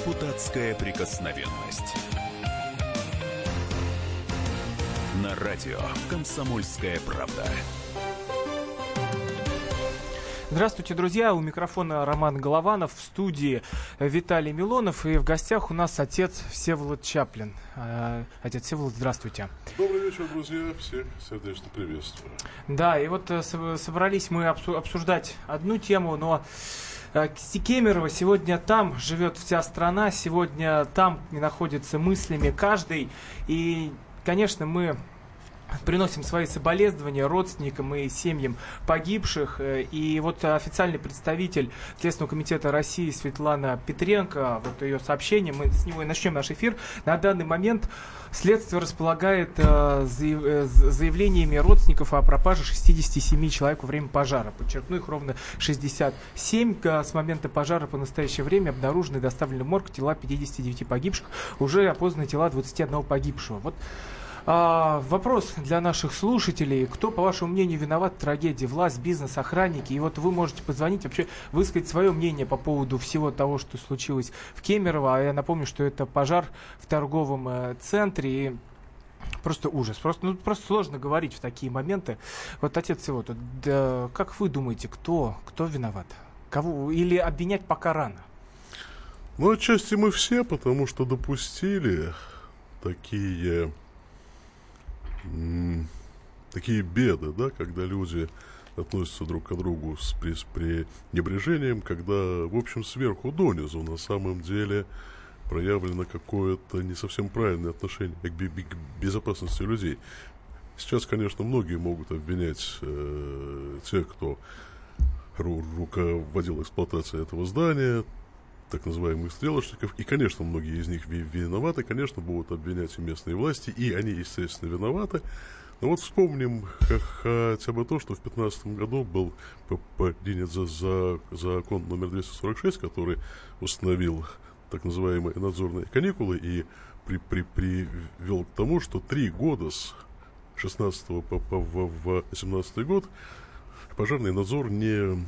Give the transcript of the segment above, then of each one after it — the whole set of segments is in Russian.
Депутатская прикосновенность. На радио «Комсомольская правда». Здравствуйте, друзья. У микрофона Роман Голованов, в студии Виталий Милонов. И в гостях у нас отец Всеволод Чаплин. Отец Всеволод, здравствуйте. Добрый вечер, друзья. Всех сердечно приветствую. Да, и вот собрались мы обсуждать одну тему, но Кемерово сегодня там живет вся страна, сегодня там находится мыслями каждый. И, конечно, мы приносим свои соболезнования родственникам и семьям погибших. И вот официальный представитель Следственного комитета России Светлана Петренко, вот ее сообщение, мы с него и начнем наш эфир. На данный момент следствие располагает заявлениями родственников о пропаже 67 человек во время пожара. Подчеркну, их ровно 67. С момента пожара по настоящее время обнаружены и доставлены в морг тела 59 погибших, уже опознаны тела 21 погибшего. Вот вопрос для наших слушателей. Кто, по вашему мнению, виноват в трагедии? Власть, бизнес, охранники? И вот вы можете позвонить, вообще высказать свое мнение по поводу всего того, что случилось в Кемерово. А я напомню, что это пожар в торговом центре. И просто ужас. Просто сложно говорить в такие моменты. Вот, отец Всеволод, да, как вы думаете, кто виноват? Кого? Или обвинять пока рано? Ну, отчасти мы все, потому что допустили такие беды, да, когда люди относятся друг к другу с пренебрежением, когда, в общем, сверху донизу на самом деле проявлено какое-то не совсем правильное отношение к безопасности людей. Сейчас, конечно, многие могут обвинять тех, кто руководил эксплуатацией этого здания, так называемых стрелочников, и, конечно, многие из них виноваты, конечно, будут обвинять и местные власти, и они, естественно, виноваты. Но вот вспомним хотя бы то, что в 2015 году был принят закон номер 246, который установил так называемые надзорные каникулы и привел к тому, что 3 года с 16 по 18 год пожарный надзор не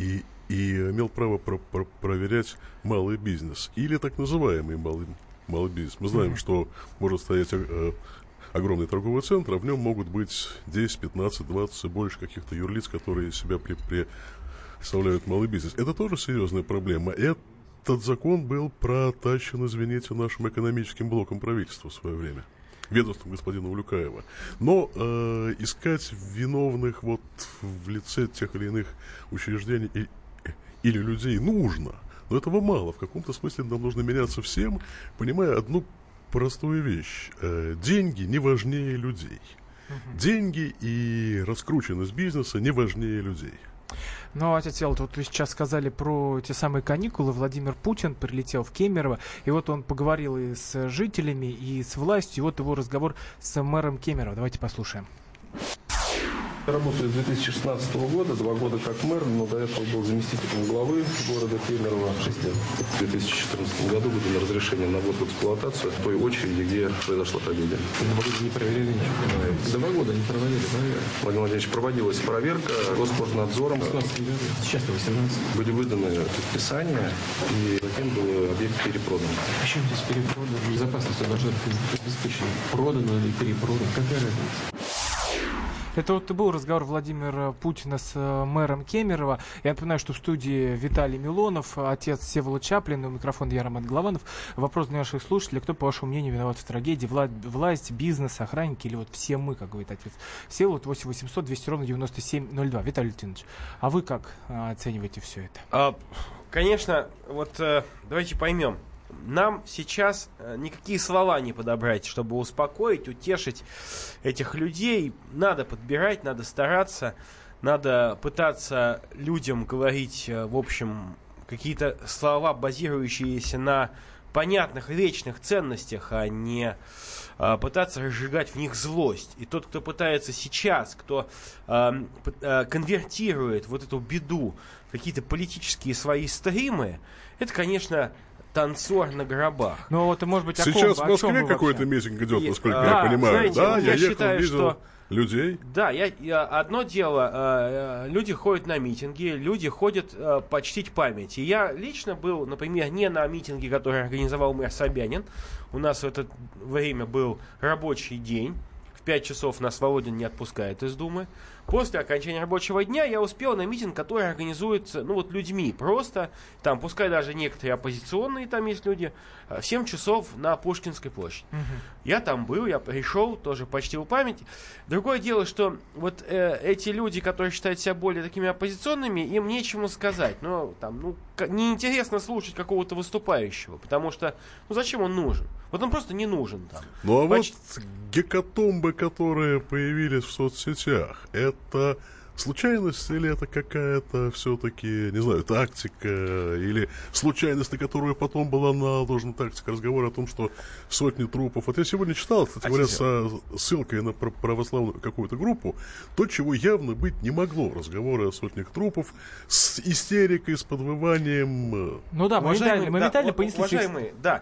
имел право проверять малый бизнес или так называемый малый бизнес. Мы знаем, что может стоять огромный торговый центр, а в нем могут быть 10, 15, 20 и больше каких-то юрлиц, которые себя представляют малый бизнес. Это тоже серьезная проблема. Этот закон был протащен, извините, нашим экономическим блоком правительства в свое время, ведомством господина Улюкаева. Но искать виновных вот в лице тех или иных учреждений или людей нужно. Но этого мало. В каком-то смысле нам нужно меняться всем, понимая одну простую вещь. Деньги не важнее людей. Деньги и раскрученность бизнеса не важнее людей. Ну, отец Всеволод, вот вы сейчас сказали про те самые каникулы. Владимир Путин прилетел в Кемерово, и вот он поговорил и с жителями, и с властью. И вот его разговор с мэром Кемерово. Давайте послушаем. Работаю с 2016 года, 2 года как мэр, но до этого был заместителем главы города Кемерово 6 лет. В 2014 году выдано разрешение на ввод в эксплуатацию в той очереди, где произошла трагедия. 2 года не проверяли ничего? 2 года не проводили проверку. Владимир Владимирович, проводилась проверка Роскомнадзором. Сейчас 18. Были выданы предписания, и затем был объект перепродан. Почему здесь перепродан? Безопасность должна быть обеспечена. Продано или перепродан? Какая разница? Это вот и был разговор Владимира Путина с мэром Кемерово. Я напоминаю, что в студии Виталий Милонов, отец Всеволод Чаплин, у микрофона я, Роман Голованов. Вопрос для наших слушателей: кто, по вашему мнению, виноват в трагедии? Власть, бизнес, охранники или вот все мы, как говорит отец Всеволод? 8 800 200 ровно 9702. Виталий Леонидович, а вы как оцениваете все это? Конечно, вот давайте поймем. Нам сейчас никакие слова не подобрать, чтобы успокоить, утешить этих людей. Надо подбирать, надо стараться, надо пытаться людям говорить, в общем, какие-то слова, базирующиеся на понятных, вечных ценностях, а не пытаться разжигать в них злость. И тот, кто пытается сейчас, кто конвертирует вот эту беду в какие-то политические свои стримы, это, конечно, танцор на гробах. Ну вот, может быть, Сейчас в Москве какой-то митинг идет, насколько я понимаю. Знаете, Да, я ехал, считаю, видел что... людей. Да, одно дело, люди ходят на митинги, люди ходят почтить память. И я лично был, например, не на митинге, который организовал мэр Собянин. У нас в это время был рабочий день. В 5 часов нас Володин не отпускает из Думы. После окончания рабочего дня я успел на митинг, который организуется, людьми. Просто, там, пускай даже некоторые оппозиционные там есть люди, в 7 часов на Пушкинской площади. Я там был, я пришел, тоже почтил память. Другое дело, что вот эти люди, которые считают себя более такими оппозиционными, им нечему сказать. Неинтересно слушать какого-то выступающего, потому что, зачем он нужен? Вот он просто не нужен там. Вот гекатомбы, которые появились в соцсетях, это случайность или это какая-то все-таки, не знаю, тактика или случайность, на которую потом была наложена тактика разговора о том, что сотни трупов. Вот я сегодня читал, кстати говоря, со ссылкой на православную какую-то группу, то, чего явно быть не могло. Разговоры о сотнях трупов с истерикой, с подвыванием. Ну да, моментально понесли. Уважаемые, да.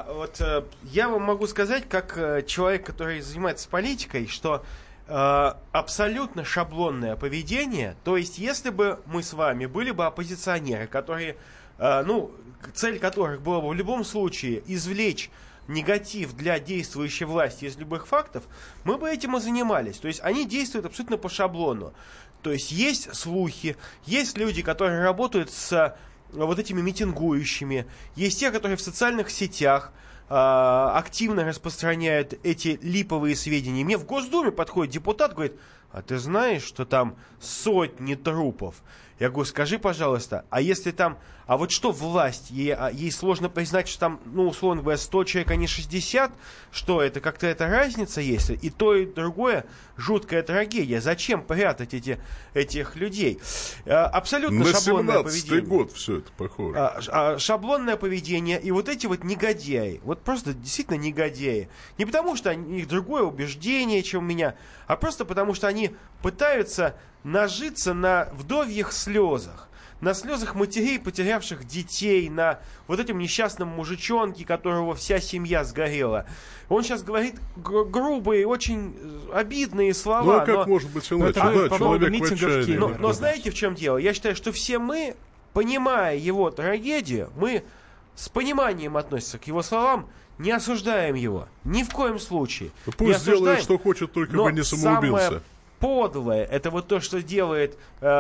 Я вам могу сказать, как человек, который занимается политикой, что абсолютно шаблонное поведение. То есть, если бы мы с вами были бы оппозиционеры, которые, цель которых была бы в любом случае извлечь негатив для действующей власти из любых фактов, мы бы этим и занимались. То есть, они действуют абсолютно по шаблону. То есть, есть слухи, есть люди, которые работают с вот этими митингующими, есть те, которые в социальных сетях активно распространяют эти липовые сведения. Мне в Госдуме подходит депутат, говорит: а ты знаешь, что там сотни трупов? Я говорю: скажи, пожалуйста, а если там... А вот что власть? Ей сложно признать, что там, условно говоря, 100 человек, а не 60? Что это? Как-то эта разница есть? И то, и другое жуткая трагедия. Зачем прятать этих людей? Абсолютно шаблонное поведение. На 17-й год все это похоже. Шаблонное поведение. И вот эти вот негодяи. Вот просто действительно негодяи. Не потому, что у них другое убеждение, чем у меня, а просто потому, что они пытаются нажиться на вдовьих слезах. На слезах матерей, потерявших детей, на вот этом несчастном мужичонке, которого вся семья сгорела. Он сейчас говорит грубые, очень обидные слова. А как может быть иначе? Да, человек в отчаянии. Но знаете, в чем дело? Я считаю, что все мы, понимая его трагедию, мы с пониманием относимся к его словам, не осуждаем его. Ни в коем случае. Пусть делает, что хочет, только бы не самоубился. Подлое, это вот то, что делает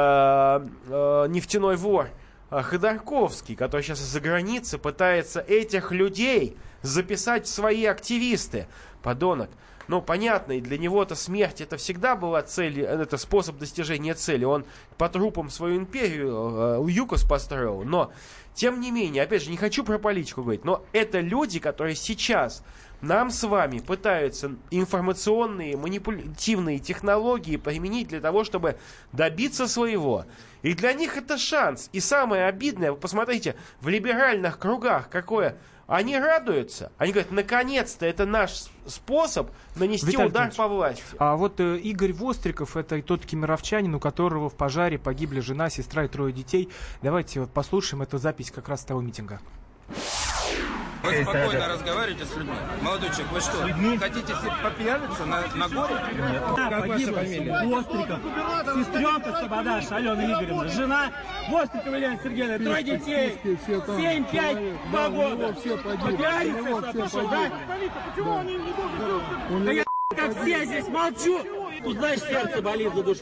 нефтяной вор Ходорковский, который сейчас из-за границы пытается этих людей записать в свои активисты. Подонок. Понятно, и для него-то смерть это всегда была цель, это способ достижения цели. Он по трупам свою империю ЮКОС построил, но тем не менее, опять же, не хочу про политику говорить, но это люди, которые сейчас нам с вами пытаются информационные, манипулятивные технологии применить для того, чтобы добиться своего. И для них это шанс. И самое обидное, вы посмотрите, в либеральных кругах какое... Они радуются. Они говорят: наконец-то это наш способ нанести Виталий удар по власти. А вот Игорь Востриков, это тот кемеровчанин, у которого в пожаре погибли жена, сестра и 3 детей. Давайте вот послушаем эту запись как раз с того митинга. Вы спокойно разговариваете с людьми. Молодой человек, вы что, хотите попьяниться на горе? Нет. Как ваша фамилия? Востриков. Сестренка Сабадаш, Алена Игоревна. Жена Вострикова Елена Сергеевна. 3 детей. 7, 5, 2 года. Попьяниться, пошел, да? Почему они не должны? Да я как все здесь молчу. Тут, знаешь, сердце болит за душу.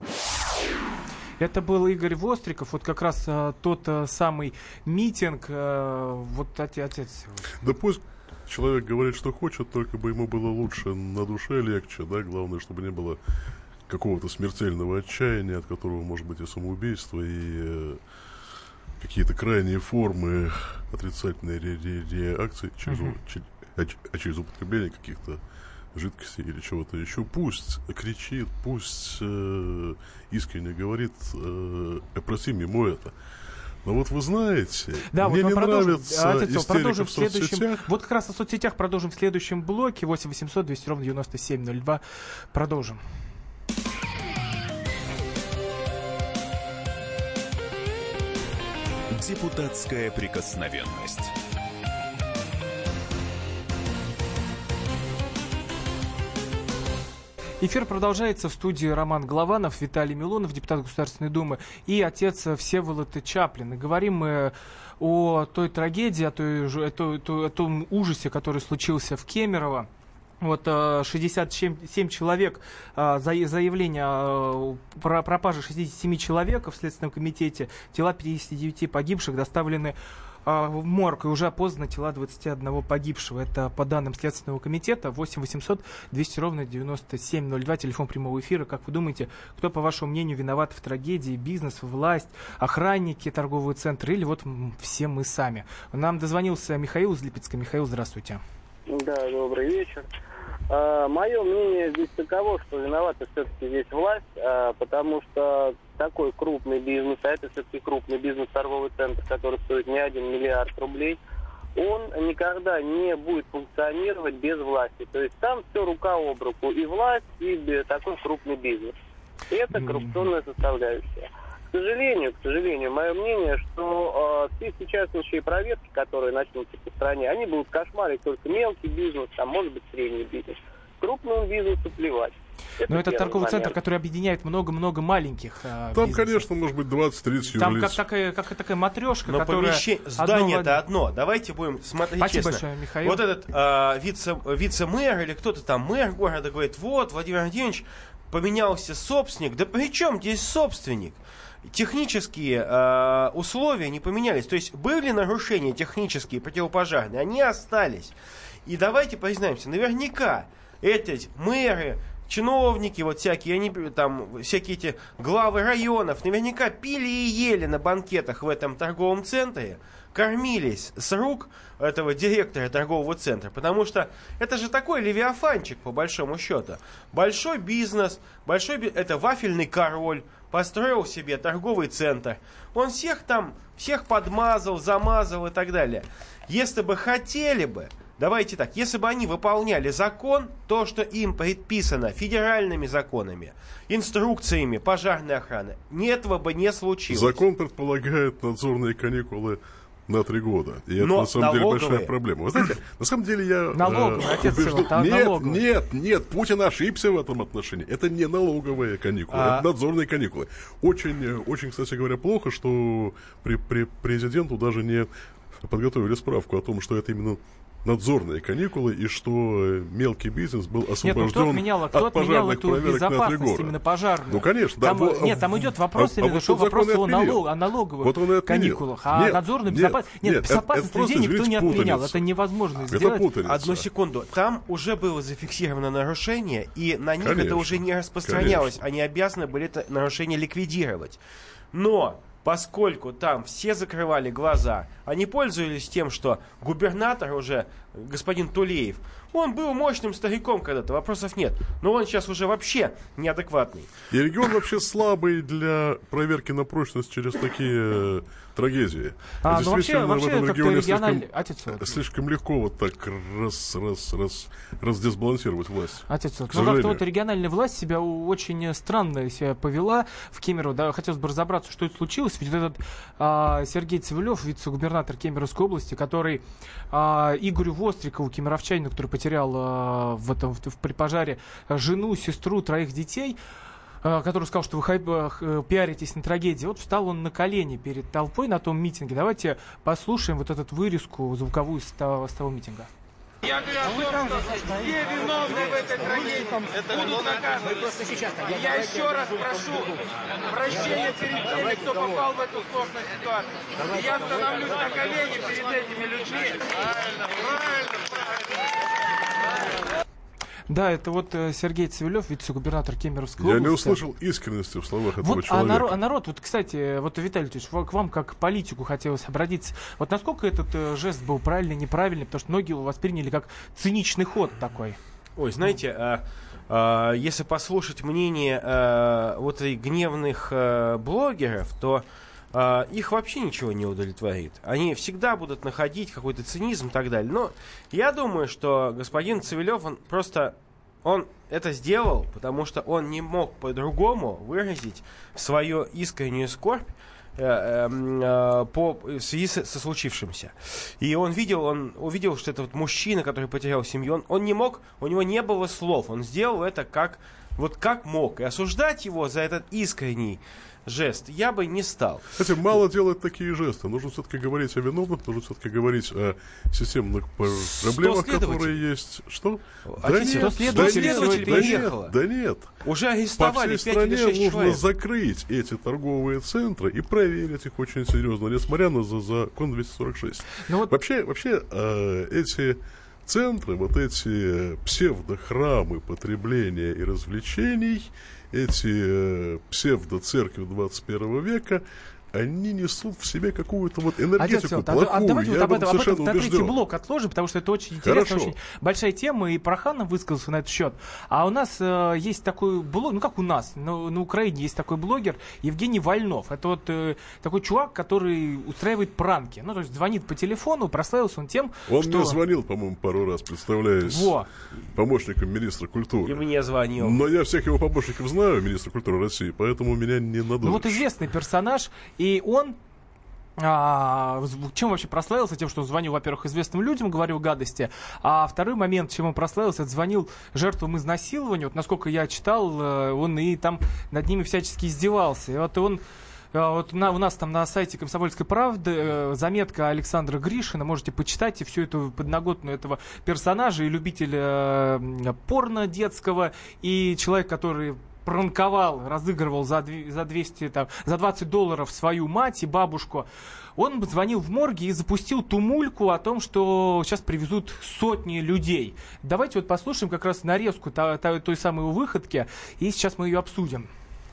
Это был Игорь Востриков, вот как раз тот самый митинг, вот отец. Да пусть человек говорит, что хочет, только бы ему было лучше на душе, легче, да, главное, чтобы не было какого-то смертельного отчаяния, от которого может быть и самоубийство, и какие-то крайние формы отрицательной реакции через употребление каких-то жидкости или чего-то еще. Пусть кричит, пусть искренне говорит: прости, мимо это. Но вот вы знаете, да, мне вот не нравится истерика в соцсетях. Вот как раз о соцсетях продолжим в следующем блоке. 8 800 200 ровно 9702. Продолжим. Депутатская прикосновенность. Эфир продолжается. В студии Роман Голованов, Виталий Милонов, депутат Государственной Думы, и отец Всеволод Чаплин. И говорим мы о той трагедии, о том ужасе, который случился в Кемерово. Вот 67 человек, заявление о пропаже 67 человек в Следственном комитете, тела 59 погибших доставлены в морг, и уже опознаны тела 21 погибшего. Это по данным Следственного комитета. 8 800 200 ровно 9702, телефон прямого эфира. Как вы думаете, кто, по вашему мнению, виноват в трагедии? Бизнес, власть, охранники, торговые центры или вот все мы сами? Нам дозвонился Михаил из Липецка. Михаил, здравствуйте. Да, добрый вечер. Мое мнение здесь таково, что виновата все-таки здесь власть, потому что такой крупный бизнес, а это все-таки крупный бизнес, торговый центр, который стоит не 1 миллиард рублей, он никогда не будет функционировать без власти. То есть там все рука об руку, и власть, и такой крупный бизнес. И это коррупционная составляющая. К сожалению, мое мнение, что все сейчасшние проверки, которые начнутся по стране, они будут кошмарить только мелкий бизнес, там, может быть, средний бизнес. Крупному бизнесу плевать. Но это торговый центр, который объединяет много-много маленьких Там, бизнесов. Конечно, может быть 20-30 там юрлиц. как такая матрешка, но которая... Здание-то одно. Давайте будем смотреть Спасибо честно. большое, Михаил. Вот этот вице-мэр или кто-то там, мэр города, говорит, вот, Владимир Владимирович, поменялся собственник. Да при чем здесь собственник? Технические условия не поменялись. То есть были нарушения технические, противопожарные, они остались. И давайте признаемся, наверняка эти мэры, чиновники вот всякие, они там, всякие эти главы районов, наверняка пили и ели на банкетах в этом торговом центре, кормились с рук этого директора торгового центра, потому что это же такой левиафанчик, по большому счету. Большой бизнес, это вафельный король, построил себе торговый центр. Он всех подмазал, замазал и так далее. Если бы хотели бы, давайте так, если бы они выполняли закон, то, что им предписано федеральными законами, инструкциями пожарной охраны, этого бы не случилось. Закон предполагает надзорные каникулы на 3 года. И это, на самом деле, большая проблема. Вы знаете, на самом деле я убежден... Нет, Путин ошибся в этом отношении. Это не налоговые каникулы, это надзорные каникулы. Очень, кстати говоря, плохо, что президенту даже не подготовили справку о том, что это именно надзорные каникулы, и что мелкий бизнес был освобожден от пожарных проверок на 3 года. Именно пожарную. Ну, конечно. Там идет вопрос именно, что вопрос о налоговых каникулах. А надзорную безопасность людей никто не отменял. Это невозможно сделать. Одну секунду. Там уже было зафиксировано нарушение, и на них это уже не распространялось. Они обязаны были это нарушение ликвидировать. Но поскольку там все закрывали глаза, они пользовались тем, что губернатор уже, господин Тулеев, он был мощным стариком когда-то, вопросов нет. Но он сейчас уже вообще неадекватный. И регион вообще слабый для проверки на прочность через такие трагедии. Ну вообще в этом регионе слишком легко вот так раздисбалансировать власть. Ну как-то вот региональная власть себя очень странно повела в Кемерово. Да, хотелось бы разобраться, что это случилось. Ведь этот Сергей Цивилев, вице-губернатор Кемеровской области, который Игорю Вострикову, кемеровчанину, который потерял при пожаре жену, сестру, 3 детей, который сказал, что вы пиаритесь на трагедии. Вот встал он на колени перед толпой на том митинге. Давайте послушаем вот эту вырезку звуковую с того митинга. Я говорю о том, что все виновные в этой трагедии будут наказаны. И я еще раз прошу прощения перед теми, кто попал в эту сложную ситуацию. И я становлюсь на колени перед этими людьми. Правильно. Да, это вот Сергей Цивилев, вице-губернатор Кемеровской области. Я не услышал искренности в словах этого человека. А народ, вот, кстати, вот, Виталий Ильич, к вам как к политику хотелось обратиться. Вот насколько этот жест был правильный, неправильный? Потому что многие его восприняли как циничный ход такой. Ой, знаете, если послушать мнение вот этих гневных блогеров, то их вообще ничего не удовлетворит. Они всегда будут находить какой-то цинизм и так далее. Но я думаю, что господин Цивилев, он это сделал, потому что он не мог по-другому выразить свою искреннюю скорбь в связи со случившимся. И он увидел, что это вот мужчина, который потерял семью, он не мог, у него не было слов, он сделал это как вот как мог. И осуждать его за этот искренний жест я бы не стал. Кстати, мало делать такие жесты. Нужно все-таки говорить о виновных, нужно все-таки говорить о системных проблемах, которые есть. Что? Следователь приехала. Да нет. Уже арестовали 5 или 6 человек. По всей стране нужно закрыть эти торговые центры и проверить их очень серьезно, несмотря на закон 246. Вообще, эти центры, вот эти псевдохрамы потребления и развлечений, эти псевдоцеркви 21 века, они несут в себе какую-то вот энергетику плохую. Давайте я об этом на третий убежден. блок отложим, потому что это очень интересно, очень большая тема, и Проханов высказался на этот счет. А у нас есть такой блогер, как у нас, на Украине есть такой блогер Евгений Вольнов. Это вот такой чувак, который устраивает пранки. То есть звонит по телефону, прославился он тем, он что... мне звонил, по-моему, пару раз, представляясь помощником министра культуры. И мне звонил. Но я всех его помощников знаю, министра культуры России, поэтому меня не надо. Вот известный персонаж. И он чем вообще прославился? Тем, что он звонил, во-первых, известным людям, говорил гадости. А второй момент, чем он прославился, это звонил жертвам изнасилования. Вот, насколько я читал, он и там над ними всячески издевался. И вот он... у нас там на сайте «Комсомольской правды» заметка Александра Гришина. Можете почитать и всю эту подноготную этого персонажа. И любитель порно детского, и человек, который... пранковал, разыгрывал за $20 свою мать и бабушку. Он звонил в морге и запустил тумульку о том, что сейчас привезут сотни людей. Давайте вот послушаем как раз нарезку той самой выходки, и сейчас мы ее обсудим.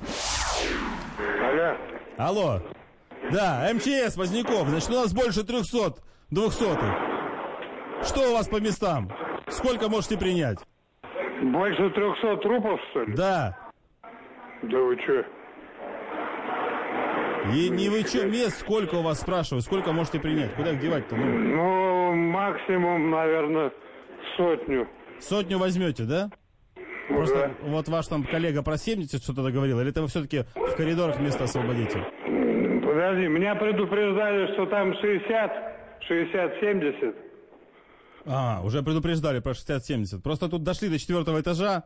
Алло. Да, МЧС, Возняков. Значит, у нас больше 300 200-х. Что у вас по местам? Сколько можете принять? Больше 300 трупов, что ли? Да. Да вы чё? И не вы чё, мест сколько у вас, спрашиваю, сколько можете принять? Куда их девать-то? Максимум, наверное, 100. 100 возьмете, да? Просто вот ваш там коллега про 70 что-то договорил, или это вы все-таки в коридорах место освободите? Подожди, меня предупреждали, что там 60-70. Уже предупреждали про 60-70. Просто тут дошли до 4-го этажа.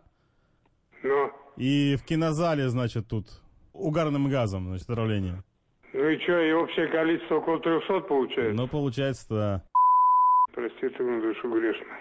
И в кинозале, значит, тут угарным газом, значит, отравление. Ну и что, и общее количество около 300 получается? Получается, да. Простите, мою душу грешную.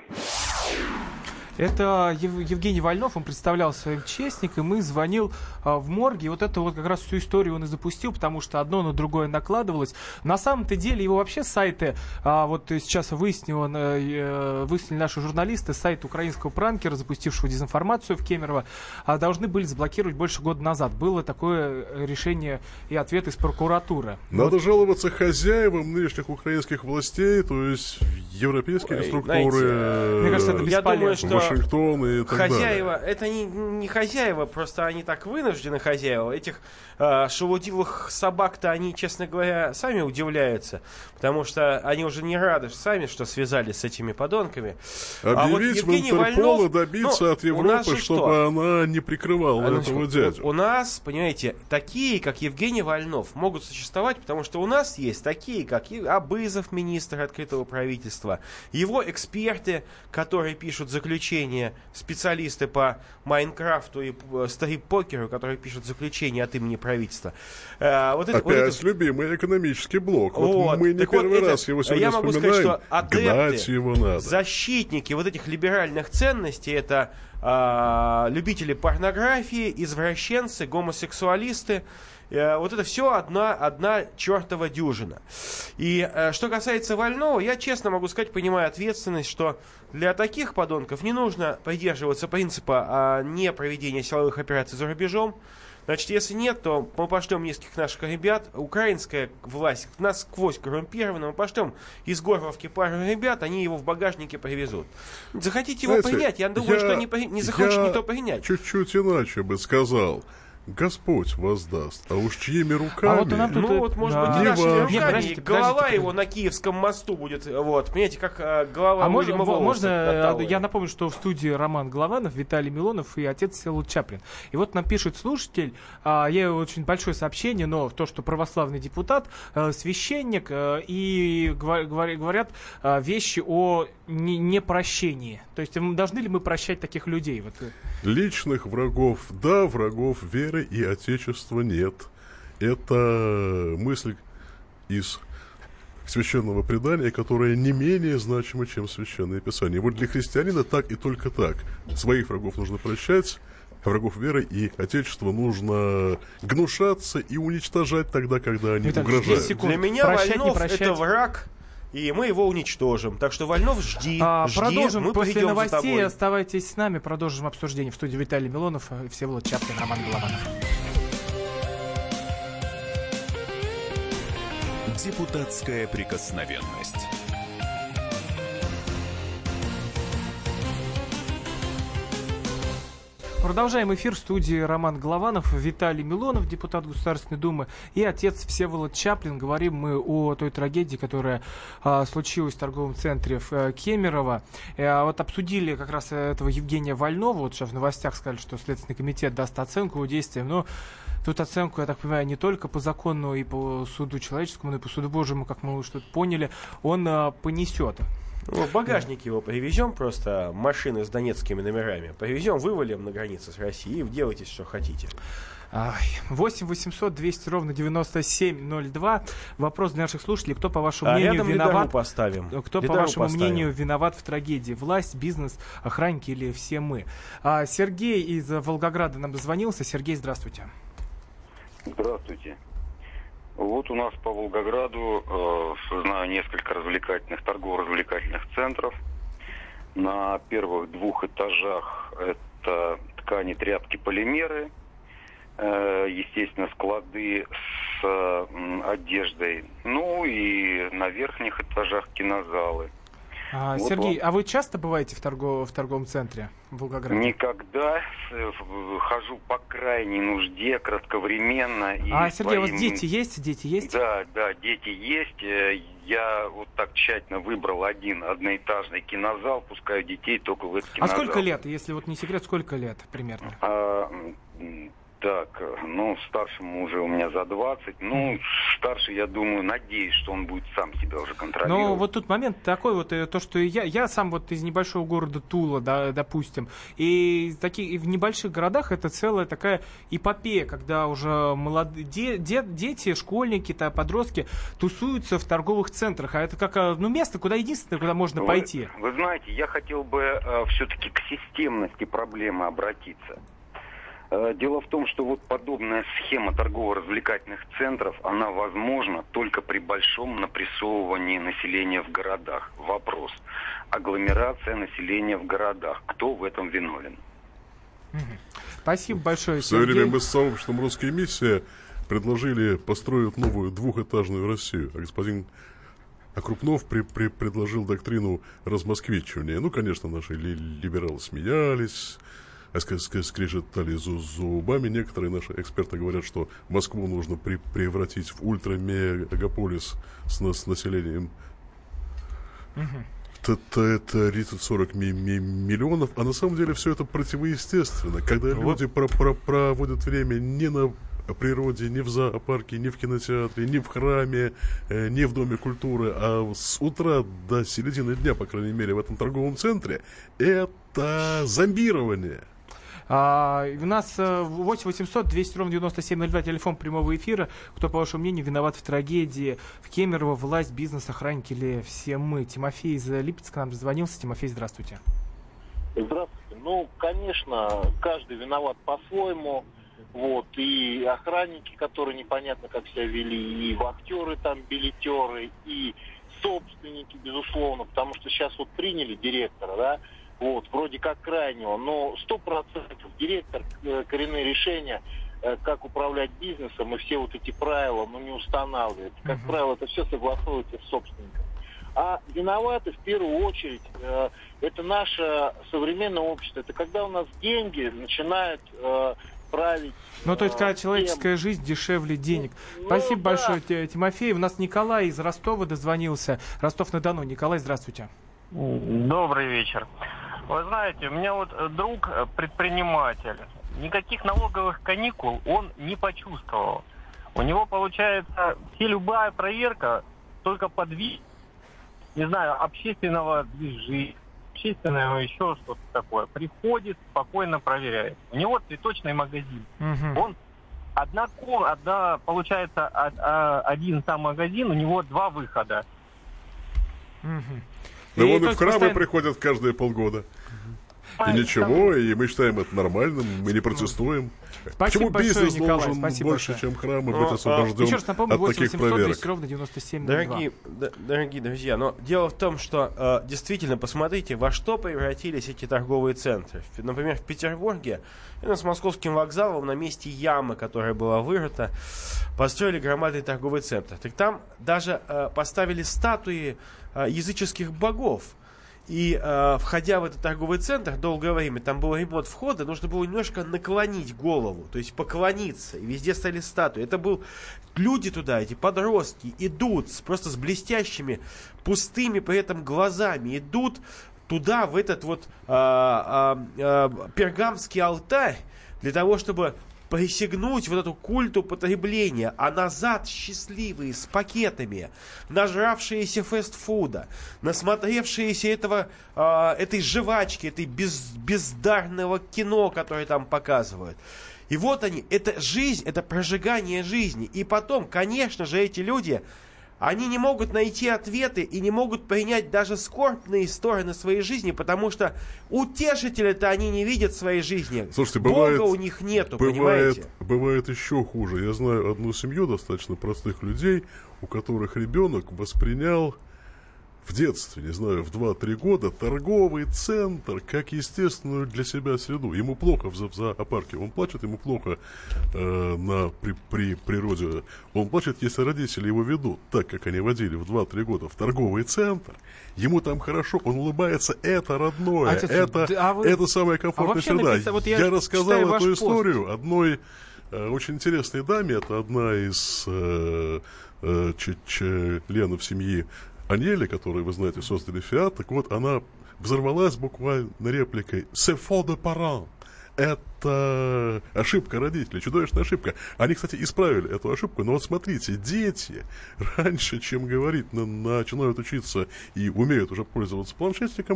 Это Евгений Вольнов, он представлялся своим честником и звонил в морге. И вот это вот как раз всю историю он и запустил, потому что одно на другое накладывалось. На самом-то деле его вообще сайты, вот сейчас выяснили наши журналисты, сайт украинского пранкера, запустившего дезинформацию в Кемерово, должны были заблокировать больше года назад. Было такое решение и ответ из прокуратуры. Надо жаловаться хозяевам нынешних украинских властей, то есть европейские структуры. Мне кажется, это бесполезно. Я думаю, что Вашингтон и так хозяева, далее. это не хозяева, просто они так вынуждены хозяева. Этих шелудивых собак-то они, честно говоря, сами удивляются, потому что они уже не рады сами, что связались с этими подонками. Объявить в Интерпол и добиться от Европы, чтобы она не прикрывала этого дядю. У нас, понимаете, такие, как Евгений Вольнов, могут существовать, потому что у нас есть такие, как Абызов, министр открытого правительства, его эксперты, которые пишут заключения, специалисты по Майнкрафту и стрип-покеру, которые пишут заключения от имени правительства. Опять любимый экономический блок. Мы не первый раз его сегодня вспоминаем. Я могу сказать, что адепты, его надо. защитники вот этих либеральных ценностей, это любители порнографии, извращенцы, гомосексуалисты. Вот это все одна чертова дюжина. И что касается Вольнова, я честно могу сказать, понимаю ответственность, что для таких подонков не нужно придерживаться принципа непроведения силовых операций за рубежом. Значит, если нет, то мы пошлем нескольких наших ребят. Украинская власть насквозь коррумпирована. Мы пошлем из Горловки пару ребят, они его в багажнике привезут. Захотите его принять? Я думаю, что не захочет никто принять. Чуть-чуть иначе бы сказал. Господь воздаст, а уж чьими руками... может быть, и нашими руками. Голова его на Киевском мосту будет, вот, понимаете, как голова Уильяма Волоса. Можно, я напомню, что в студии Роман Голованов, Виталий Милонов и отец Всеволод Чаплин. И вот нам пишет слушатель, я очень большое сообщение, но то, что православный депутат, священник, и говорят вещи о непрощении. То есть должны ли мы прощать таких людей? Вот. Личных врагов, да, врагов веры и Отечества нет. Это мысль из священного предания, которая не менее значима, чем Священное Писание. Вот для христианина так и только так. Своих врагов нужно прощать, а врагов веры и Отечества нужно гнушаться и уничтожать тогда, когда они угрожают. Для меня Вольнов — это враг, и мы его уничтожим. Так что, Вольнов, жди, продолжим мы после придем новостей. за тобой. Оставайтесь с нами, продолжим обсуждение в студии Виталий Милонов, Всеволод Чаплин, Роман Голованов. Депутатская прикосновенность. Продолжаем эфир в студии Роман Голованов, Виталий Милонов, депутат Государственной Думы, и отец Всеволод Чаплин. Говорим мы о той трагедии, которая случилась в торговом центре в Кемерово. Вот обсудили как раз этого Евгения Вольнова. Вот сейчас в новостях сказали, что Следственный комитет даст оценку его действиям, но тут оценку, я так понимаю, не только по закону и по суду человеческому, но и по суду Божьему, как мы что-то поняли, он понесет. В багажник его привезем, просто машины с донецкими номерами. Привезем, вывалим на границе с Россией и делайте, что хотите. 8 800 200 ровно 9702. Вопрос для наших слушателей. Кто, по вашему мнению, виноват? Поставим. Кто, по вашему мнению, виноват в трагедии? Власть, бизнес, охранники или все мы? Сергей из Волгограда нам дозвонился. Сергей, здравствуйте. Здравствуйте. Вот у нас по Волгограду, знаю, несколько торгово-развлекательных центров. На первых 2 этажах это ткани, тряпки, полимеры. Естественно, склады с одеждой. Ну и на верхних этажах кинозалы. Сергей, а вы часто бываете в торговом центре в Волгограде? Никогда. Хожу по крайней нужде, кратковременно. Сергей, у вас дети есть? Дети есть? Да, дети есть. Я вот так тщательно выбрал одноэтажный кинозал, пускаю детей только в этот кинозал. А сколько лет, если вот не секрет, сколько лет примерно? Так, старшему уже у меня за 20. Старший, я думаю, надеюсь, что он будет сам себя уже контролировать. Но вот тут момент такой вот, то, что я сам вот из небольшого города Тула, допустим, и в небольших городах это целая такая эпопея, когда уже молодые дети, школьники, подростки тусуются в торговых центрах, а это как место, единственное, куда можно пойти. Вы знаете, я хотел бы все-таки к системности проблемы обратиться. Дело в том, что вот подобная схема торгово-развлекательных центров, она возможна только при большом напрессовывании населения в городах. Вопрос. Агломерация населения в городах. Кто в этом виновен? Спасибо большое, Сергей. В свое время мы с сообществом «Русская миссия» предложили построить новую 2-этажную Россию. А господин Крупнов предложил доктрину размосквичивания. Конечно, наши либералы смеялись, скрежетали зубами. Некоторые наши эксперты говорят, что Москву нужно превратить в ультрамегаполис с населением 30-40 миллионов. А на самом деле все это противоестественно. Когда люди проводят время не на природе, не в зоопарке, не в кинотеатре, не в храме, не в Доме культуры, а с утра до середины дня, по крайней мере, в этом торговом центре, это зомбирование. У нас 8 800 200 ровно 9702, телефон прямого эфира. Кто, по вашему мнению, виноват в трагедии в Кемерово? Власть, бизнес, охранники или все мы? Тимофей из Липецка нам дозвонился. Тимофей, здравствуйте. Здравствуйте. Конечно, каждый виноват по-своему. И охранники, которые непонятно как себя вели, и вахтеры билетеры, и собственники, безусловно, потому что сейчас приняли директора, да, вроде как крайнего, но 100% директор, коренные решения, как управлять бизнесом, и все эти правила, не устанавливает. Как правило, это все согласовывается с собственником. А виноваты в первую очередь это наше современное общество. Это когда у нас деньги начинают исправить. Ну, то есть, когда человеческая жизнь дешевле денег. Спасибо большое, Тимофей. У нас Николай из Ростова дозвонился. Ростов-на-Дону. Николай, здравствуйте. Добрый вечер. Вы знаете, у меня вот друг предприниматель. Никаких налоговых каникул он не почувствовал. У него, получается, любая проверка только под вид, не знаю, общественного движения, общественного еще что-то такое. Приходит, спокойно проверяет. У него цветочный магазин. Он получается, один сам магазин, у него 2 выхода. Да вон и в храмы приходят каждые полгода. И ничего, и мы считаем это нормальным, мы не протестуем. Спасибо. Почему бизнес Николай, должен больше, большое. Чем храмы, быть освобожден еще раз напомню, от таких проверок? 97 Дорогие друзья, но дело в том, что действительно, посмотрите, во что превратились эти торговые центры. Например, в Петербурге, с Московским вокзалом, на месте ямы, которая была вырыта, построили громадный торговый центр. Так там даже поставили статуи языческих богов. И, входя в этот торговый центр, долгое время, там был ремонт входа, нужно было немножко наклонить голову, то есть поклониться. И везде стояли статуи. Это был... Люди туда, эти подростки, идут просто с блестящими, пустыми при этом глазами. Идут туда, в этот вот пергамский алтарь, для того, чтобы присягнуть вот эту культу потребления, а назад счастливые, с пакетами, нажравшиеся фастфуда, насмотревшиеся этой жвачки, этой бездарного кино, которое там показывают. И вот они, это жизнь, это прожигание жизни. И потом, конечно же, эти люди, они не могут найти ответы и не могут принять даже скорбные стороны своей жизни, потому что утешителя-то они не видят в своей жизни. Слушайте, Бога у них нету, понимаете? Бывает еще хуже. Я знаю одну семью достаточно простых людей, у которых ребенок воспринял в детстве, не знаю, в 2-3 года торговый центр как естественную для себя среду. Ему плохо в зоопарке, он плачет, ему плохо при природе. Он плачет, если родители его ведут, так как они водили в 2-3 года в торговый центр. Ему там хорошо, он улыбается, это родное, это самая комфортная среда. Я рассказал эту историю одной очень интересной даме, это одна из членов семьи Анели, которые, вы знаете, создали Фиат. Так вот, она взорвалась буквально репликой «C'est faute de parents». Это ошибка родителей, чудовищная ошибка. Они, кстати, исправили эту ошибку, но вот смотрите, дети раньше, чем говорить, начинают учиться и умеют уже пользоваться планшетиком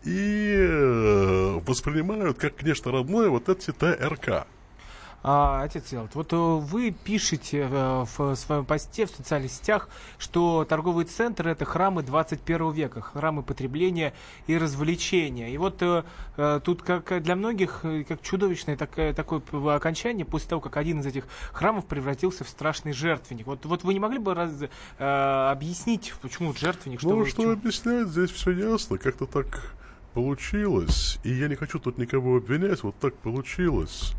и воспринимают как нечто родное вот эти ТРК. Отец Елт, вот вы пишете в своем посте в социальных сетях, что торговые центры — это храмы 21 века, храмы потребления и развлечения. И вот тут как для многих как чудовищное такое окончание после того, как один из этих храмов превратился в страшный жертвенник. Вот вы не могли бы объяснить, почему жертвенник? Что объяснять? Здесь все ясно. Как-то так получилось. И я не хочу тут никого обвинять. Вот так получилось.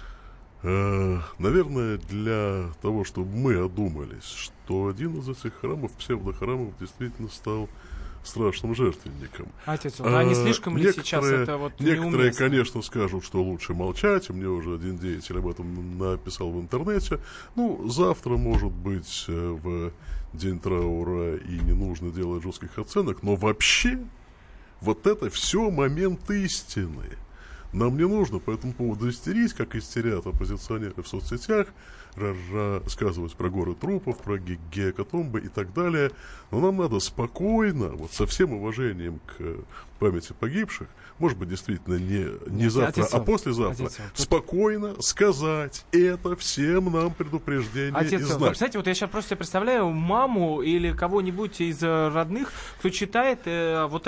Наверное, для того, чтобы мы одумались, что один из этих храмов, псевдохрамов, действительно стал страшным жертвенником. Отец, а не слишком ли сейчас это вот некоторые, неуместно? конечно, скажут, что лучше молчать. Мне уже один деятель об этом написал в интернете. Завтра, может быть, в день траура и не нужно делать жестких оценок, но вообще вот это все момент истины. Нам не нужно по этому поводу истерить, как истерят оппозиционеры в соцсетях, рассказывать про горы трупов, про гекатомбы и так далее. Но нам надо спокойно, вот со всем уважением к памяти погибших, может быть, действительно не завтра, а послезавтра, спокойно сказать это всем нам предупреждение и знать. Кстати, вот я сейчас просто представляю маму или кого-нибудь из родных, кто читает вот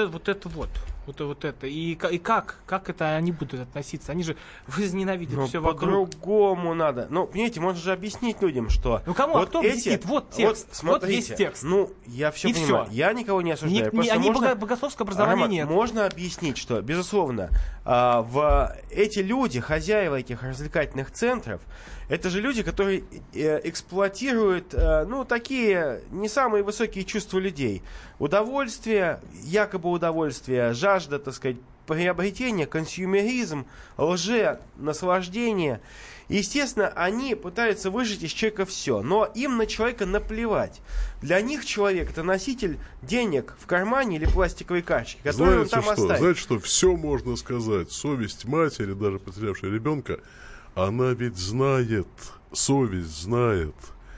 это. И как это они будут относиться? Они же возненавидят все вокруг. По-другому надо. Понимаете, можно же объяснить людям, что... кому? Вот кто объяснит? Вот текст. Вот есть текст. Я все понимаю. Я никого не осуждаю. Они богословское образование нет. Можно объяснить, что, безусловно, эти люди, хозяева этих развлекательных центров, это же люди, которые эксплуатируют, такие не самые высокие чувства людей. Удовольствие, якобы удовольствие, жажда, так сказать, приобретения, консюмеризм, наслаждение. И, естественно, они пытаются выжать из человека все, но им на человека наплевать. Для них человек — это носитель денег в кармане или пластиковой карточки, которые он там оставит. Знаете что, все можно сказать. Совесть матери, даже потерявшей ребенка, она ведь знает, совесть знает,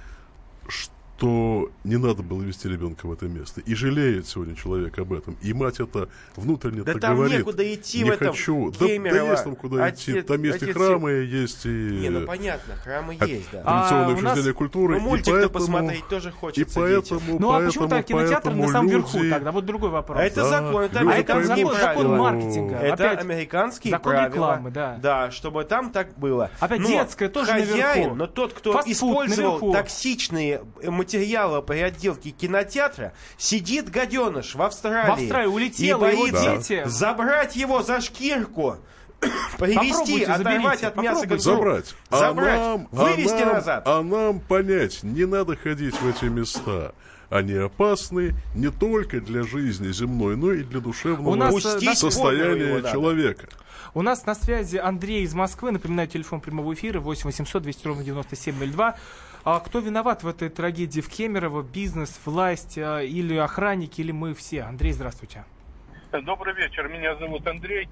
что не надо было вести ребенка в это место. И жалеет сегодня человек об этом. И мать это внутренне так говорит. Да там некуда идти не в этом хочу. Кемерово. Да есть там куда идти. Там есть и храмы, есть и... Не, ну понятно, храмы есть, да. Традиционные учреждения культуры. Ну, мультик-то посмотреть тоже хочется. И поэтому, ну, а почему так кинотеатр на самом верху тогда? Вот другой вопрос. А это закон, это американские правила. Закон маркетинга. Это американские правила. Закон рекламы, да. Да, чтобы там так было. Опять детское тоже наверху. Но тот, кто использовал токсичные материалы при отделки кинотеатра, сидит гаденыш в Австралии. В Австралии улетел, и боится забрать его за шкирку, привезти, оторвать от мяса концу. Забрать, вывести назад. А нам понять, не надо ходить в эти места. Они опасны не только для жизни земной, но и для душевного состояния человека. У нас на связи Андрей из Москвы. Напоминаю, телефон прямого эфира 8 800 200 ровно 9702. А кто виноват в этой трагедии в Кемерово? Бизнес, власть или охранники, или мы все? Андрей, здравствуйте. Добрый вечер. Меня зовут Андрей.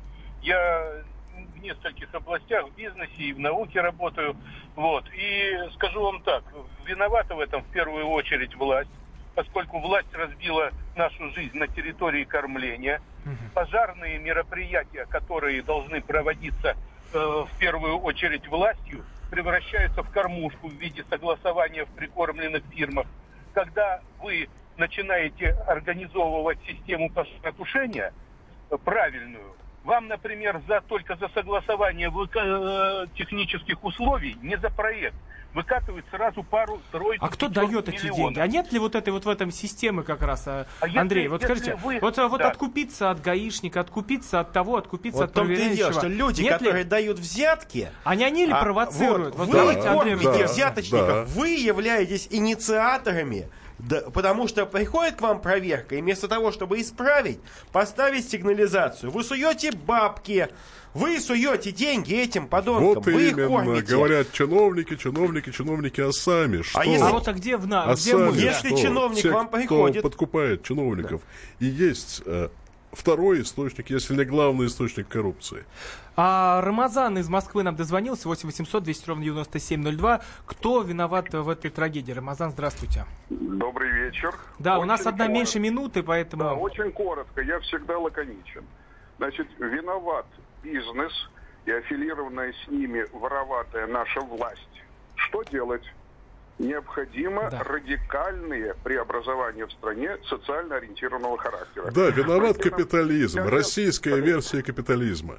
Я в нескольких областях, в бизнесе и в науке работаю. Вот. И скажу вам так. Виновата в этом в первую очередь власть, поскольку власть разбила нашу жизнь на территории кормления. Пожарные мероприятия, которые должны проводиться в первую очередь властью, превращаются в кормушку в виде согласования в прикормленных фирмах. Когда вы начинаете организовывать систему пожаротушения правильную, вам, например, только за согласование технических условий, не за проект, выкатывают сразу пару-тройку. А кто дает эти деньги? А нет ли вот этой вот в этом системы как раз, Андрей? Вот скажите, вот откупиться от гаишника, откупиться от того, откупиться от проверяющего. Вот в том-то и дело, что люди, которые дают взятки... Они ли провоцируют? Вы кормите взяточников, вы являетесь инициаторами. Да, потому что приходит к вам проверка, и вместо того, чтобы исправить, поставить сигнализацию, вы суете бабки, вы суете деньги этим подонкам, вот вы именно, их кормите. Говорят чиновники, а сами что? А вот где мы? Если чиновник вам приходит... Кто подкупает чиновников. Да. И есть второй источник, если не главный источник коррупции. А Рамазан из Москвы нам дозвонился, 8 800 200 ровно 9702. Кто виноват в этой трагедии? Рамазан, здравствуйте. Добрый вечер. Да, очень у нас одна меньше минуты, поэтому... Да, очень коротко, я всегда лаконичен. Значит, виноват бизнес и аффилированная с ними вороватая наша власть. Что делать? Необходимо радикальные преобразования в стране социально ориентированного характера. Да, виноват капитализм, российская версия капитализма.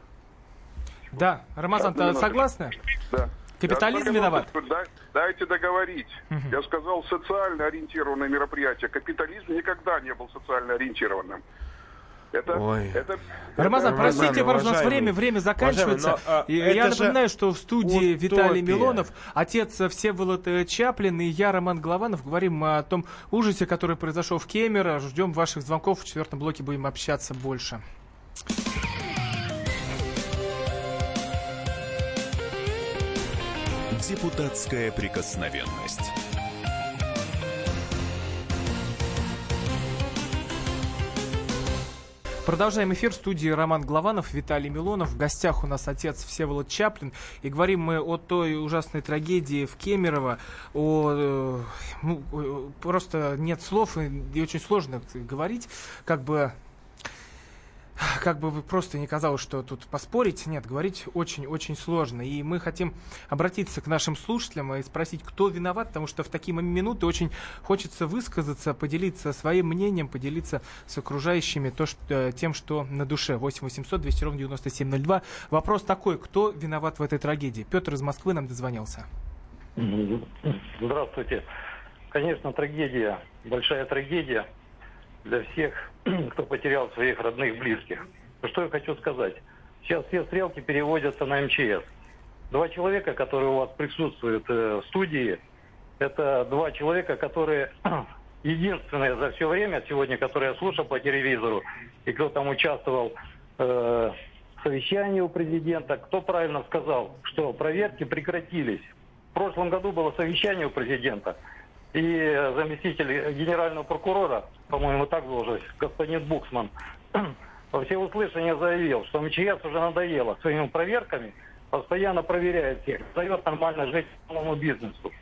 Да, Рамазан, согласны? Да. Капитализм виноват? Дайте договорить. Я сказал, социально ориентированное мероприятие. Капитализм никогда не был социально ориентированным. Рамазан, простите, у нас время заканчивается. Я напоминаю, что в студии Виталий Милонов, отец Всеволод Чаплин и я, Роман Голованов, говорим о том ужасе, который произошел в Кемерово. Ждем ваших звонков. В четвертом блоке будем общаться больше. Депутатская прикосновенность. Продолжаем эфир. В студии Роман Голованов, Виталий Милонов. В гостях у нас отец Всеволод Чаплин. И говорим мы о той ужасной трагедии в Кемерово. Просто нет слов, и очень сложно говорить, как бы просто не казалось, что тут поспорить. Нет, говорить очень-очень сложно. И мы хотим обратиться к нашим слушателям и спросить, кто виноват, потому что в такие минуты очень хочется высказаться, поделиться своим мнением, поделиться с окружающими тем, что на душе. 8 800 200 ровно 9702. Вопрос такой, кто виноват в этой трагедии? Петр из Москвы нам дозвонился. Здравствуйте. Конечно, трагедия, большая трагедия для всех, кто потерял своих родных, близких. Что я хочу сказать? Сейчас все стрелки переводятся на МЧС. 2 человека, которые у вас присутствуют в студии, это 2 человека, которые единственные за все время сегодня, которые я слушал по телевизору, и кто там участвовал в совещание у президента. Кто правильно сказал, что проверки прекратились. В прошлом году было совещание у президента. И заместитель генерального прокурора, по-моему, так должность, господин Буксман, во всеуслышание заявил, что МЧС уже надоело своими проверками, постоянно проверяет всех, дает нормально жить малому бизнесу.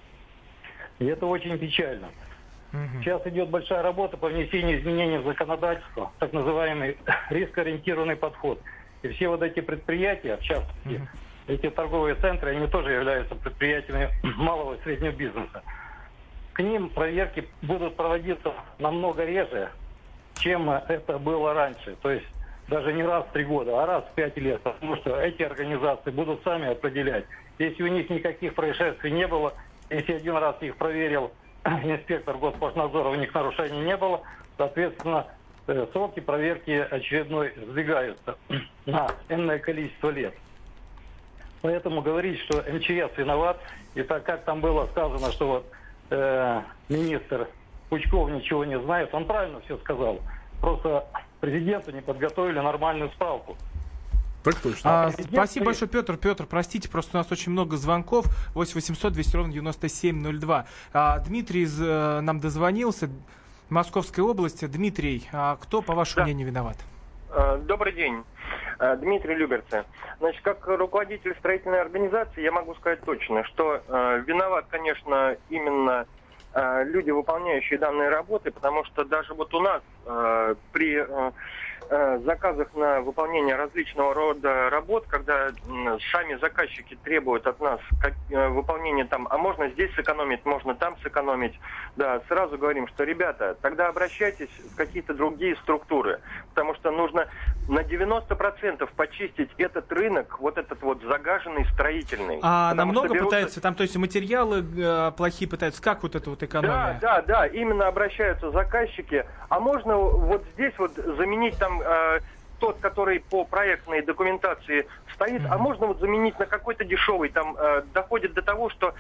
И это очень печально. Сейчас идет большая работа по внесению изменений в законодательство, так называемый рискоориентированный подход. И все вот эти предприятия, в частности, эти торговые центры, они тоже являются предприятиями малого и среднего бизнеса. К ним проверки будут проводиться намного реже, чем это было раньше. То есть даже не раз в 3 года, а раз в 5 лет. Потому что эти организации будут сами определять. Если у них никаких происшествий не было, если один раз их проверил инспектор Госпошлинадзора, у них нарушений не было, соответственно, сроки проверки очередной сдвигаются на энное количество лет. Поэтому говорить, что МЧС виноват, и так как там было сказано, что вот министр Пучков ничего не знает, он правильно все сказал. Просто президенту не подготовили нормальную справку. Так точно. Спасибо большое, Петр. Петр, простите, просто у нас очень много звонков. 8 800 200 ровно 9702. Дмитрий нам дозвонился. Московской области. Дмитрий, кто, по вашему мнению, виноват? Добрый день. Дмитрий Люберцы. Значит, как руководитель строительной организации я могу сказать точно, что виноват, конечно, именно люди, выполняющие данные работы, потому что даже вот у нас при заказах на выполнение различного рода работ, когда сами заказчики требуют от нас выполнение там, а можно здесь сэкономить, можно там сэкономить, да, сразу говорим, что, ребята, тогда обращайтесь в какие-то другие структуры, потому что нужно на 90% почистить этот рынок, вот этот вот загаженный строительный. А намного пытаются, там, то есть материалы плохие пытаются, как вот это вот экономия? Да, именно обращаются заказчики, а можно вот здесь вот заменить там тот, который по проектной документации стоит, а можно вот заменить на какой-то дешевый, там доходит до того, что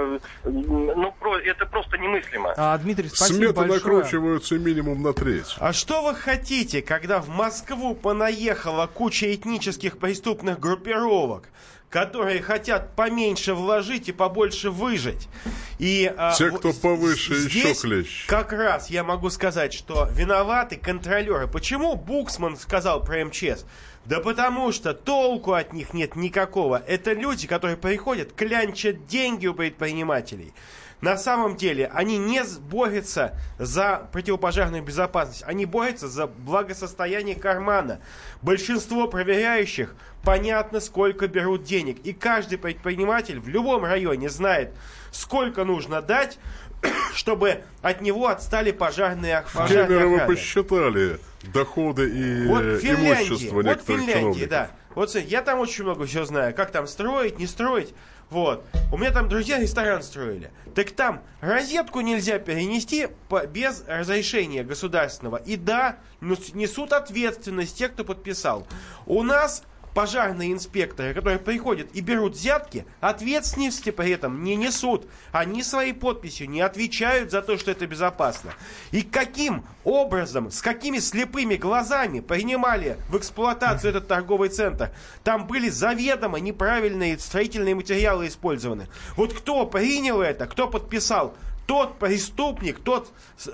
это просто немыслимо. Дмитрий, спасибо Сметы большое. накручиваются минимум на треть. А что вы хотите, когда в Москву понаехала куча этнических преступных группировок, которые хотят поменьше вложить и побольше выжить? И те, кто повыше, еще клещ. Как раз я могу сказать, что виноваты контролеры. Почему Буксман сказал про МЧС? Да потому что толку от них нет никакого. Это люди, которые приходят, клянчат деньги у предпринимателей. На самом деле они не борются за противопожарную безопасность, они борются за благосостояние кармана. Большинство проверяющих понятно, сколько берут денег. И каждый предприниматель в любом районе знает, сколько нужно дать, чтобы от него отстали пожарные охраны. В Кемерово посчитали доходы и имущество некоторых в Финляндии, чиновников. да. Вот смотрите, я там очень много всего знаю, как там строить, не строить. Вот. У меня там друзья ресторан строили. Так там розетку нельзя перенести без разрешения государственного. И да, несут ответственность те, кто подписал. У нас пожарные инспекторы, которые приходят и берут взятки, ответственности при этом не несут. Они своей подписью не отвечают за то, что это безопасно. И каким образом, с какими слепыми глазами принимали в эксплуатацию этот торговый центр? Там были заведомо неправильные строительные материалы использованы. Вот кто принял это, кто подписал? Тот преступник, тот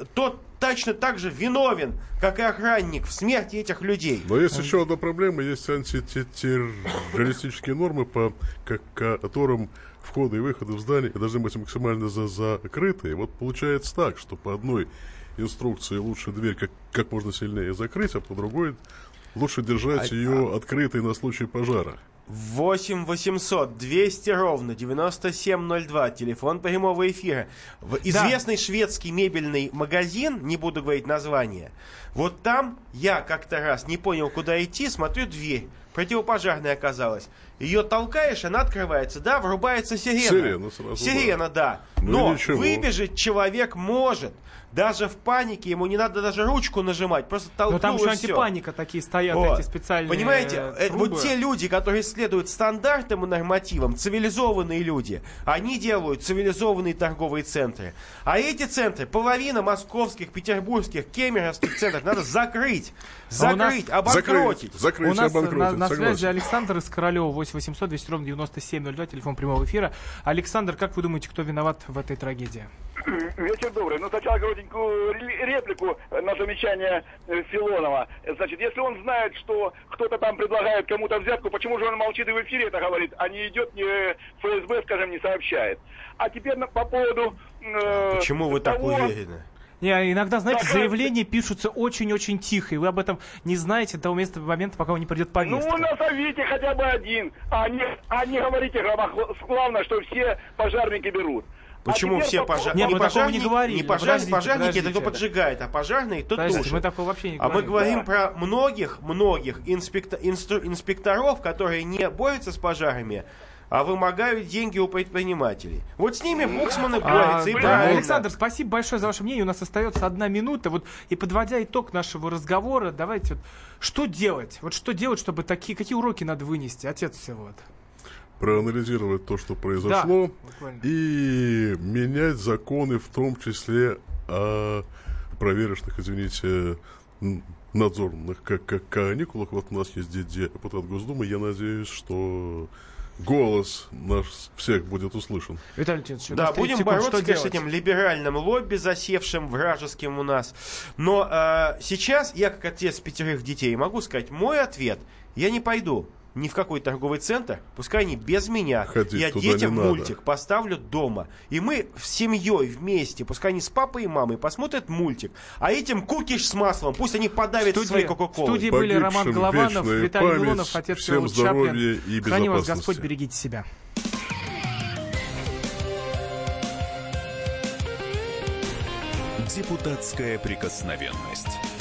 точно так же виновен, как и охранник в смерти этих людей. Но есть еще одна проблема, есть антитеррористические нормы, по которым входы и выходы в здание должны быть максимально закрыты. И вот получается так, что по одной инструкции лучше дверь как можно сильнее закрыть, а по другой лучше держать ее открытой на случай пожара. 8 800 200 ровно 9702, телефон прямого эфира. Известный шведский мебельный магазин, не буду говорить название, вот там я как-то раз не понял, куда идти, смотрю, дверь противопожарная оказалась. Ее толкаешь, она открывается, да, врубается сирена. Сирена, да. Но выбежать человек может. Даже в панике ему не надо даже ручку нажимать, просто толкнул. Но там еще и антипаника такие стоят, вот. Эти специальные Понимаете, трубы. Вот те люди, которые следуют стандартам и нормативам, цивилизованные люди, они делают цивилизованные торговые центры. А эти центры, половина московских, петербургских, кемеровских центров надо закрыть, обанкротить. У нас на согласен. связи Александр из Королева, 8 800 200 ровно 9702, телефон прямого эфира. Александр, как вы думаете, кто виноват в этой трагедии? Вечер добрый. Ну, сначала коротенькую реплику на замечание Филонова. Значит, если он знает, что кто-то там предлагает кому-то взятку, почему же он молчит и в эфире это говорит, а не идет, не ФСБ, скажем, не сообщает? А теперь по поводу... Почему вы так уверены? Не, иногда, знаете, заявления пишутся очень-очень тихо, и вы об этом не знаете до момента, пока не придет повестка. Ну, назовите хотя бы один, а не говорите громогласно, что все пожарники берут. Почему все пожарники? Не говорили. Пожарники это кто поджигает, а пожарные кто тушит. Мы такого вообще не говорим. А мы говорим про многих инспекторов, которые не борются с пожарами, а вымогают деньги у предпринимателей. Вот с ними Буксман и борется, и правильно. Александр, спасибо большое за ваше мнение. У нас остается 1 минута. Вот, и подводя итог нашего разговора, давайте что делать? Вот что делать, чтобы какие уроки надо вынести, отец всего? Проанализировать то, что произошло, и менять законы, в том числе о проверочных, извините, надзорных каникулах. Вот у нас есть депутат Госдумы. Я надеюсь, что голос наш всех будет услышан. Виталий Леонидович, да, будем бороться, конечно, с этим либеральным лобби, засевшим, вражеским у нас. Но сейчас я, как отец 5 детей, могу сказать, мой ответ: я не пойду ни в какой торговый центр, пускай они без меня. Я детям мультик поставлю дома. И мы с семьей вместе, пускай они с папой и мамой посмотрят мультик, а этим кукиш с маслом, пусть они подавят своей кока-колой. В студии были Роман Голованов, Виталий Милонов, отец всем здоровья и безопасности. Храни вас Господь, берегите себя. Депутатская прикосновенность.